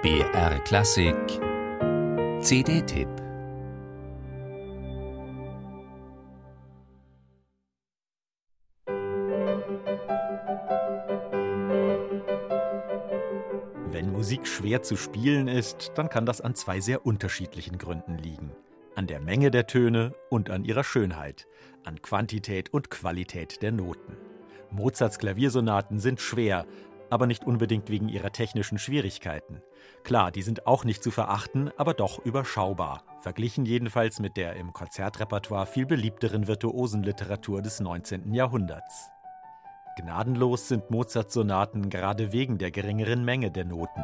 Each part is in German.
BR Klassik CD-Tipp. Wenn Musik schwer zu spielen ist, dann kann das an zwei sehr unterschiedlichen Gründen liegen. An der Menge der Töne und an ihrer Schönheit, an Quantität und Qualität der Noten. Mozarts Klaviersonaten sind schwer, aber nicht unbedingt wegen ihrer technischen Schwierigkeiten. Klar, die sind auch nicht zu verachten, aber doch überschaubar, verglichen jedenfalls mit der im Konzertrepertoire viel beliebteren Virtuosenliteratur des 19. Jahrhunderts. Gnadenlos sind Mozarts Sonaten gerade wegen der geringeren Menge der Noten.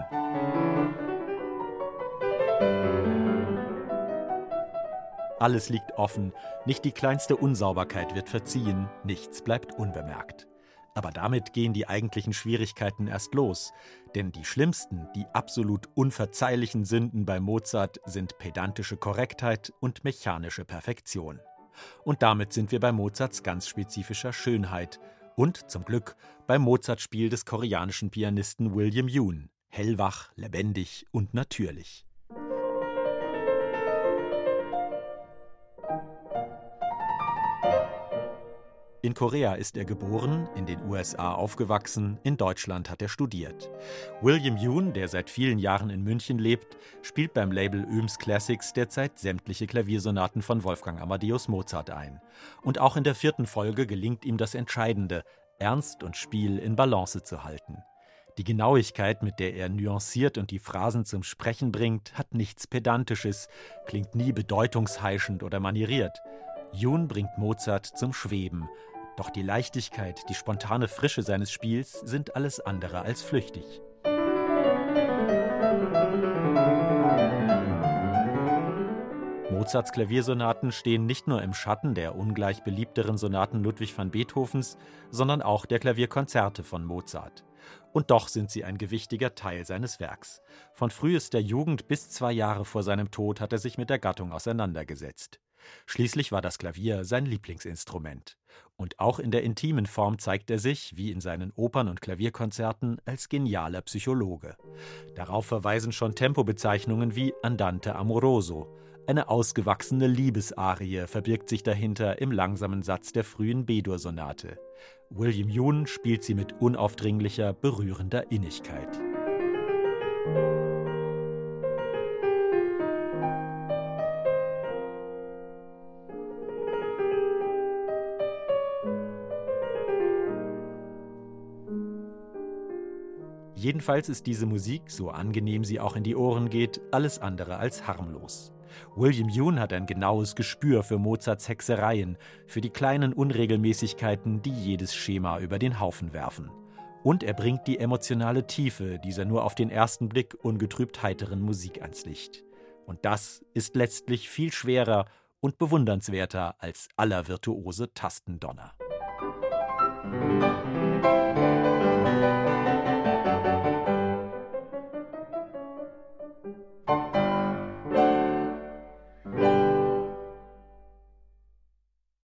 Alles liegt offen, nicht die kleinste Unsauberkeit wird verziehen, nichts bleibt unbemerkt. Aber damit gehen die eigentlichen Schwierigkeiten erst los, denn die schlimmsten, die absolut unverzeihlichen Sünden bei Mozart sind pedantische Korrektheit und mechanische Perfektion. Und damit sind wir bei Mozarts ganz spezifischer Schönheit und, zum Glück, beim Mozart-Spiel des koreanischen Pianisten William Yoon, hellwach, lebendig und natürlich. In Korea ist er geboren, in den USA aufgewachsen, in Deutschland hat er studiert. William Yoon, der seit vielen Jahren in München lebt, spielt beim Label Oehms Classics derzeit sämtliche Klaviersonaten von Wolfgang Amadeus Mozart ein. Und auch in der 4. Folge gelingt ihm das Entscheidende, Ernst und Spiel in Balance zu halten. Die Genauigkeit, mit der er nuanciert und die Phrasen zum Sprechen bringt, hat nichts Pedantisches, klingt nie bedeutungsheischend oder manieriert. Yoon bringt Mozart zum Schweben. Doch die Leichtigkeit, die spontane Frische seines Spiels sind alles andere als flüchtig. Mozarts Klaviersonaten stehen nicht nur im Schatten der ungleich beliebteren Sonaten Ludwig van Beethovens, sondern auch der Klavierkonzerte von Mozart. Und doch sind sie ein gewichtiger Teil seines Werks. Von frühester Jugend bis 2 Jahre vor seinem Tod hat er sich mit der Gattung auseinandergesetzt. Schließlich war das Klavier sein Lieblingsinstrument. Und auch in der intimen Form zeigt er sich, wie in seinen Opern- und Klavierkonzerten, als genialer Psychologe. Darauf verweisen schon Tempobezeichnungen wie Andante amoroso. Eine ausgewachsene Liebesarie verbirgt sich dahinter im langsamen Satz der frühen B-Dur-Sonate. William Yoon spielt sie mit unaufdringlicher, berührender Innigkeit. Jedenfalls ist diese Musik, so angenehm sie auch in die Ohren geht, alles andere als harmlos. William Yoon hat ein genaues Gespür für Mozarts Hexereien, für die kleinen Unregelmäßigkeiten, die jedes Schema über den Haufen werfen. Und er bringt die emotionale Tiefe dieser nur auf den ersten Blick ungetrübt heiteren Musik ans Licht. Und das ist letztlich viel schwerer und bewundernswerter als aller virtuose Tastendonner.